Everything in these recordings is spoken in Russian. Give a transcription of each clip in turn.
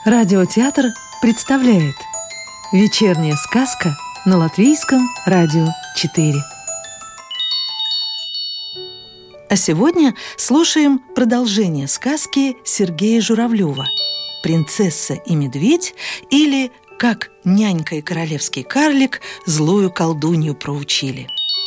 Радиотеатр представляет «Вечерняя сказка» на Латвийском радио 4. А сегодня слушаем продолжение сказки Сергея Журавлева «Принцесса и медведь» или «Как нянька и королевский карлик злую колдунью проучили».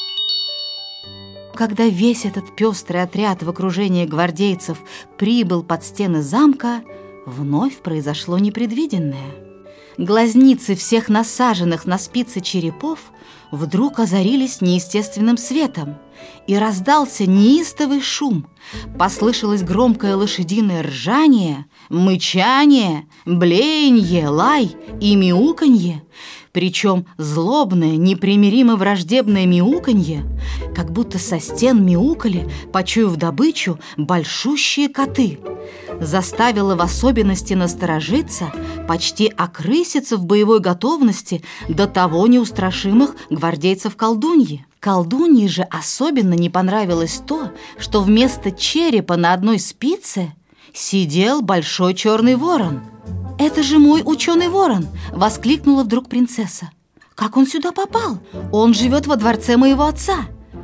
Когда весь этот пестрый отряд в окружении гвардейцев прибыл под стены замка, вновь произошло непредвиденное. Глазницы всех насаженных на спицы черепов вдруг озарились неестественным светом, и раздался неистовый шум. Послышалось громкое лошадиное ржание, мычание, блеянье, лай и мяуканье. Причем злобное, непримиримо враждебное мяуканье, как будто со стен мяукали, почуяв добычу, большущие коты, заставило в особенности насторожиться, почти окрыситься в боевой готовности до того неустрашимых гвардейцев-колдуньи. Колдунье же особенно не понравилось то, что вместо черепа на одной спице сидел большой черный ворон. «Это же мой ученый ворон!» — воскликнула вдруг принцесса. «Как он сюда попал? Он живет во дворце моего отца!»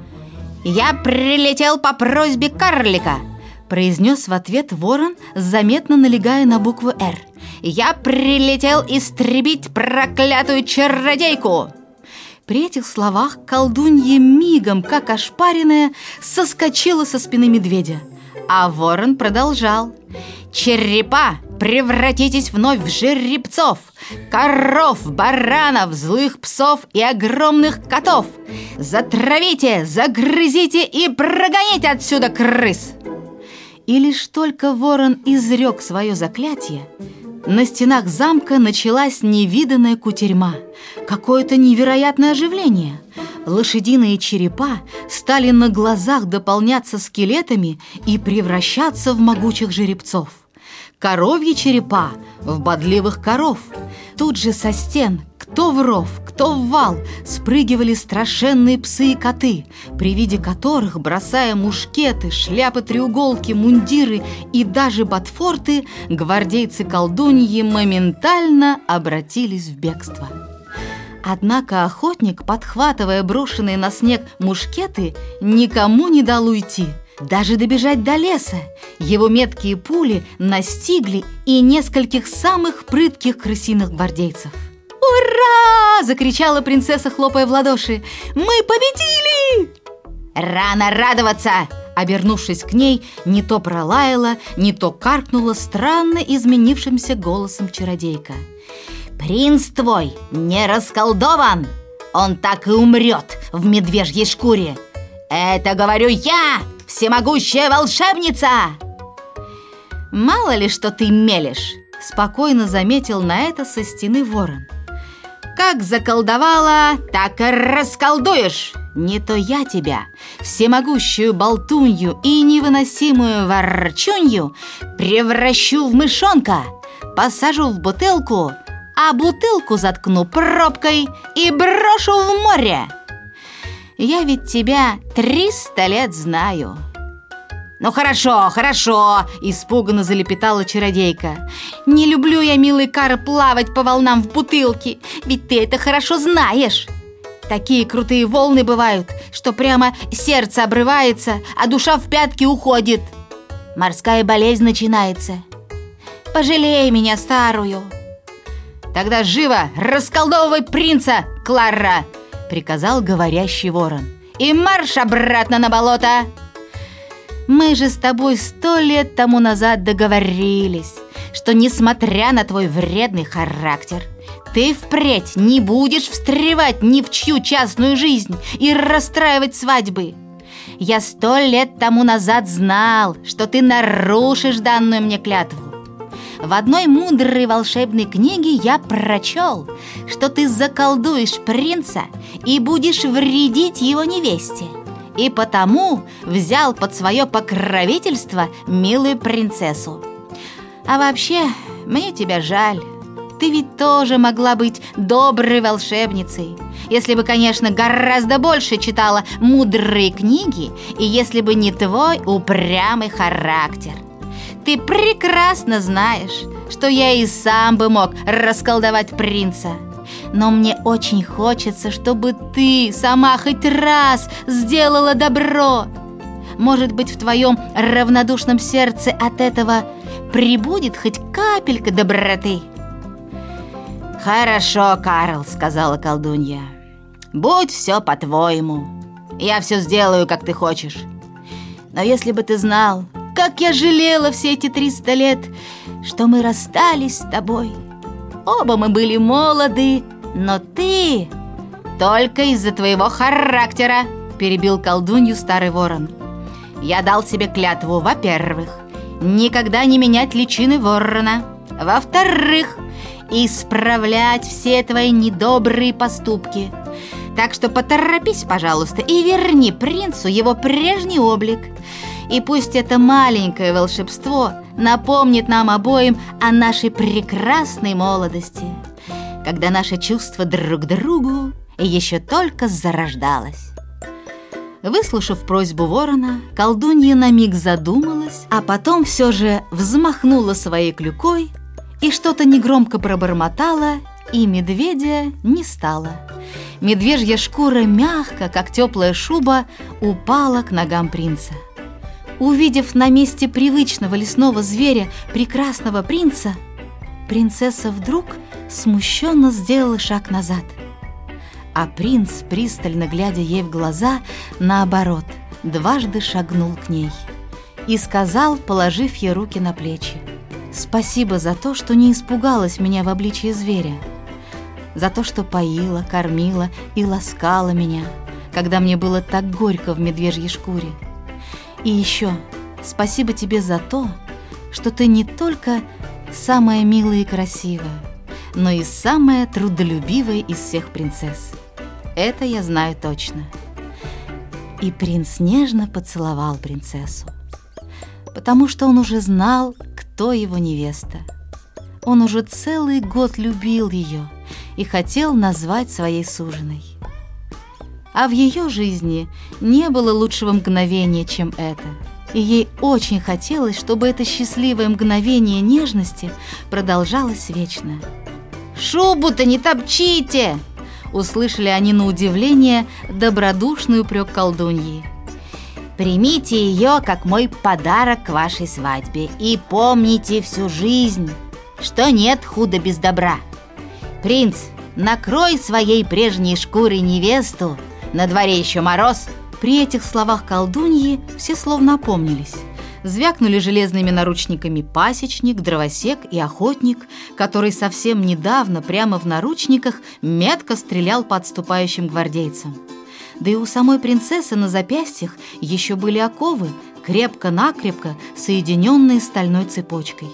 «Я прилетел по просьбе карлика!» — произнес в ответ ворон, заметно налегая на букву «Р». «Я прилетел истребить проклятую чародейку!» При этих словах колдунья мигом, как ошпаренная, соскочила со спины медведя. А ворон продолжал: «Черепа, превратитесь вновь в жеребцов, коров, баранов, злых псов и огромных котов! Затравите, загрызите и прогоните отсюда крыс!» И лишь только ворон изрек свое заклятие, на стенах замка началась невиданная кутерьма, какое-то невероятное оживление. Лошадиные черепа стали на глазах дополняться скелетами и превращаться в могучих жеребцов. Коровьи черепа в бодливых коров. Тут же со стен, кто в ров, кто в вал, спрыгивали страшенные псы и коты, при виде которых, бросая мушкеты, шляпы-треуголки, мундиры и даже ботфорты, гвардейцы-колдуньи моментально обратились в бегство. Однако охотник, подхватывая брошенные на снег мушкеты, никому не дал уйти, даже добежать до леса. Его меткие пули настигли и нескольких самых прытких крысиных гвардейцев. «Ура!» – закричала принцесса, хлопая в ладоши. «Мы победили!» «Рано радоваться!» – обернувшись к ней, не то пролаяла, не то каркнула странно изменившимся голосом чародейка. «Принц твой не расколдован! Он так и умрет в медвежьей шкуре! Это говорю я, всемогущая волшебница!» «Мало ли, что ты мелешь!» – спокойно заметил на это со стены ворон. «Как заколдовала, так и расколдуешь! Не то я тебя, всемогущую болтунью и невыносимую ворчунью, превращу в мышонка, посажу в бутылку, а бутылку заткну пробкой и брошу в море. Я ведь тебя 300 лет знаю». «Ну хорошо, хорошо!» – испуганно залепетала чародейка. «Не люблю я, милый Кар, плавать по волнам в бутылке, ведь ты это хорошо знаешь. Такие крутые волны бывают, что прямо сердце обрывается, а душа в пятки уходит. Морская болезнь начинается. Пожалей меня, старую!» «Тогда живо расколдовывай принца, Клара!» – приказал говорящий ворон. «И марш обратно на болото!» «Мы же с тобой 100 лет тому назад договорились, что, несмотря на твой вредный характер, ты впредь не будешь встревать ни в чью частную жизнь и расстраивать свадьбы. Я 100 лет тому назад знал, что ты нарушишь данную мне клятву. В одной мудрой волшебной книге я прочел, что ты заколдуешь принца и будешь вредить его невесте, и потому взял под свое покровительство милую принцессу. А вообще, мне тебя жаль. Ты ведь тоже могла быть доброй волшебницей, если бы, конечно, гораздо больше читала мудрые книги и если бы не твой упрямый характер. Ты прекрасно знаешь, что я и сам бы мог расколдовать принца. Но мне очень хочется, чтобы ты сама хоть раз сделала добро. Может быть, в твоем равнодушном сердце от этого прибудет хоть капелька доброты». «Хорошо, Карл», — сказала колдунья. «Будь все по-твоему. Я все сделаю, как ты хочешь. Но если бы ты знал, как я жалела все эти 300 лет, что мы расстались с тобой. Оба мы были молоды, но ты только из-за твоего характера», — перебил колдунью старый ворон. «Я дал себе клятву, во-первых, никогда не менять личины ворона, во-вторых, исправлять все твои недобрые поступки. Так что поторопись, пожалуйста, и верни принцу его прежний облик. И пусть это маленькое волшебство напомнит нам обоим о нашей прекрасной молодости, когда наше чувство друг к другу еще только зарождалось». Выслушав просьбу ворона, колдунья на миг задумалась, а потом все же взмахнула своей клюкой и что-то негромко пробормотала, и медведя не стало. Медвежья шкура мягко, как теплая шуба, упала к ногам принца. Увидев на месте привычного лесного зверя прекрасного принца, принцесса вдруг смущенно сделала шаг назад. А принц, пристально глядя ей в глаза, наоборот, дважды шагнул к ней и сказал, положив ей руки на плечи: «Спасибо за то, что не испугалась меня в обличии зверя, за то, что поила, кормила и ласкала меня, когда мне было так горько в медвежьей шкуре. И еще спасибо тебе за то, что ты не только самая милая и красивая, но и самая трудолюбивая из всех принцесс. Это я знаю точно». И принц нежно поцеловал принцессу, потому что он уже знал, кто его невеста. Он уже целый год любил ее и хотел назвать своей суженой. А в ее жизни не было лучшего мгновения, чем это. И ей очень хотелось, чтобы это счастливое мгновение нежности продолжалось вечно. «Шубу-то не топчите!» — услышали они на удивление добродушный упрек колдуньи. «Примите ее как мой подарок к вашей свадьбе и помните всю жизнь, что нет худа без добра. Принц, накрой своей прежней шкурой невесту, на дворе еще мороз». При этих словах колдуньи все словно опомнились. Звякнули железными наручниками пасечник, дровосек и охотник, который совсем недавно прямо в наручниках метко стрелял по отступающим гвардейцам. Да и у самой принцессы на запястьях еще были оковы, крепко-накрепко соединенные стальной цепочкой.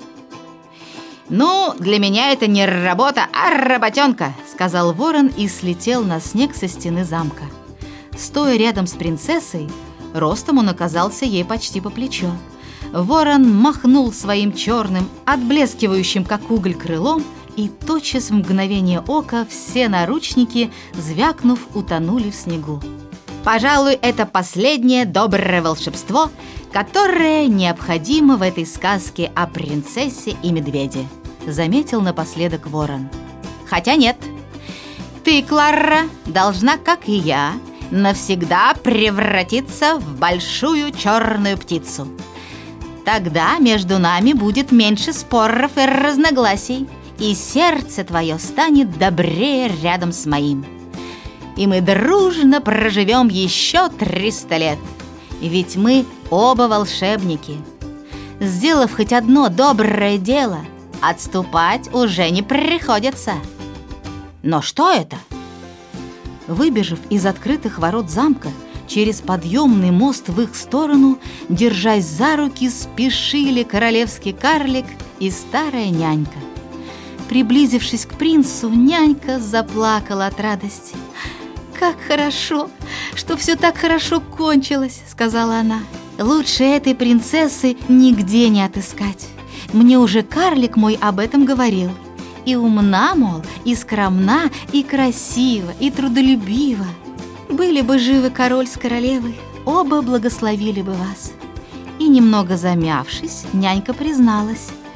«Ну, для меня это не работа, а работенка», — сказал ворон и слетел на снег со стены замка. Стоя рядом с принцессой, ростом он оказался ей почти по плечо, ворон махнул своим черным, отблескивающим как уголь крылом, и тотчас в мгновение ока все наручники, звякнув, утонули в снегу. «Пожалуй, это последнее доброе волшебство, которое необходимо в этой сказке о принцессе и медведе», — заметил напоследок ворон. «Хотя нет, ты, Клара, должна, как и я, навсегда превратиться в большую черную птицу. Тогда между нами будет меньше споров и разногласий, и сердце твое станет добрее рядом с моим. И мы дружно проживем еще 300 лет, ведь мы оба волшебники. Сделав хоть одно доброе дело, отступать уже не приходится». «Но что это?» Выбежав из открытых ворот замка, через подъемный мост в их сторону, держась за руки, спешили королевский карлик и старая нянька. Приблизившись к принцу, нянька заплакала от радости. «Как хорошо, что все так хорошо кончилось», — сказала она. «Лучше этой принцессы нигде не отыскать. Мне уже карлик мой об этом говорил. И умна, мол, и скромна, и красива, и трудолюбива. Были бы живы король с королевой, оба благословили бы вас». И немного замявшись, нянька призналась: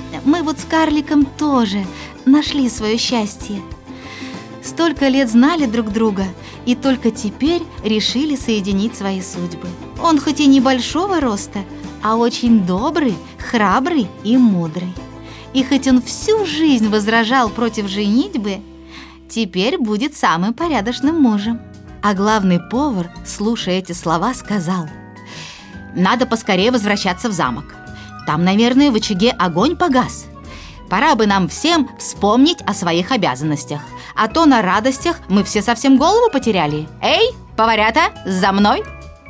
Мы вот с карликом тоже нашли свое счастье. Столько лет знали друг друга, и только теперь решили соединить свои судьбы. Он хоть и небольшого роста, а очень добрый, храбрый и мудрый. И хоть он всю жизнь возражал против женитьбы, теперь будет самым порядочным мужем. А главный повар, слушая эти слова, сказал: «Надо поскорее возвращаться в замок. Там, наверное, в очаге огонь погас. Пора бы нам всем вспомнить о своих обязанностях, а то на радостях мы все совсем голову потеряли. Эй, поварята, за мной!»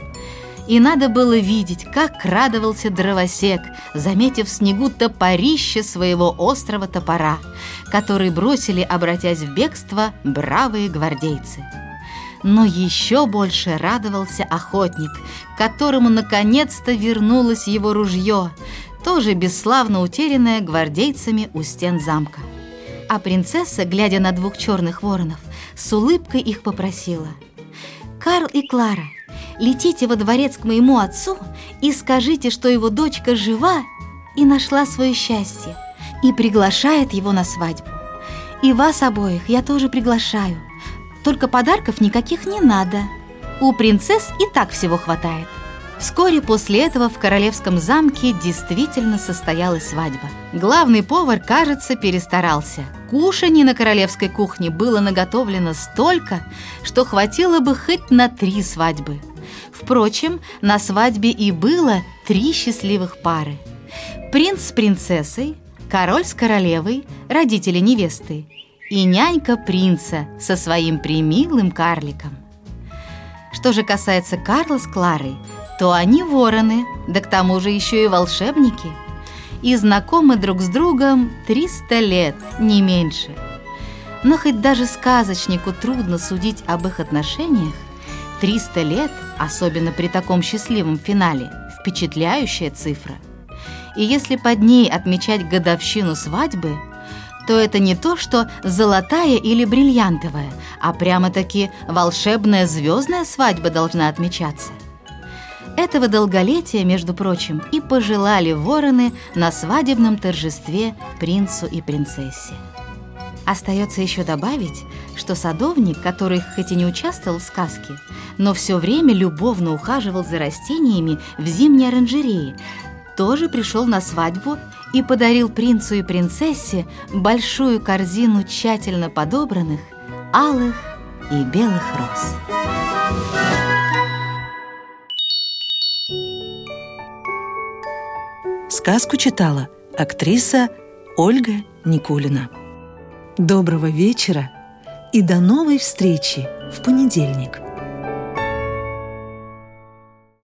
И надо было видеть, как радовался дровосек, заметив в снегу топорище своего острого топора, который бросили, обратясь в бегство, бравые гвардейцы. Но еще больше радовался охотник, которому наконец-то вернулось его ружье, тоже бесславно утерянное гвардейцами у стен замка. А принцесса, глядя на двух черных воронов, с улыбкой их попросила: «Карл и Клара, летите во дворец к моему отцу и скажите, что его дочка жива и нашла свое счастье, и приглашает его на свадьбу. И вас обоих я тоже приглашаю. Только подарков никаких не надо. У принцесс и так всего хватает». Вскоре после этого в королевском замке действительно состоялась свадьба. Главный повар, кажется, перестарался. Кушаний на королевской кухне было наготовлено столько, что хватило бы хоть на 3 свадьбы. Впрочем, на свадьбе и было 3 счастливых пары. Принц с принцессой, король с королевой, родители невесты, и нянька принца со своим премилым карликом. Что же касается Карла с Кларой, то они вороны, да к тому же еще и волшебники, и знакомы друг с другом 300 лет, не меньше. Но хоть даже сказочнику трудно судить об их отношениях, 300 лет, особенно при таком счастливом финале, впечатляющая цифра. И если под ней отмечать годовщину свадьбы, то это не то, что золотая или бриллиантовая, а прямо-таки волшебная звездная свадьба должна отмечаться. Этого долголетия, между прочим, и пожелали вороны на свадебном торжестве принцу и принцессе. Остается еще добавить, что садовник, который хоть и не участвовал в сказке, но все время любовно ухаживал за растениями в зимней оранжерее, тоже пришел на свадьбу и подарил принцу и принцессе большую корзину тщательно подобранных алых и белых роз. Сказку читала актриса Ольга Никулина. Доброго вечера и до новой встречи в понедельник.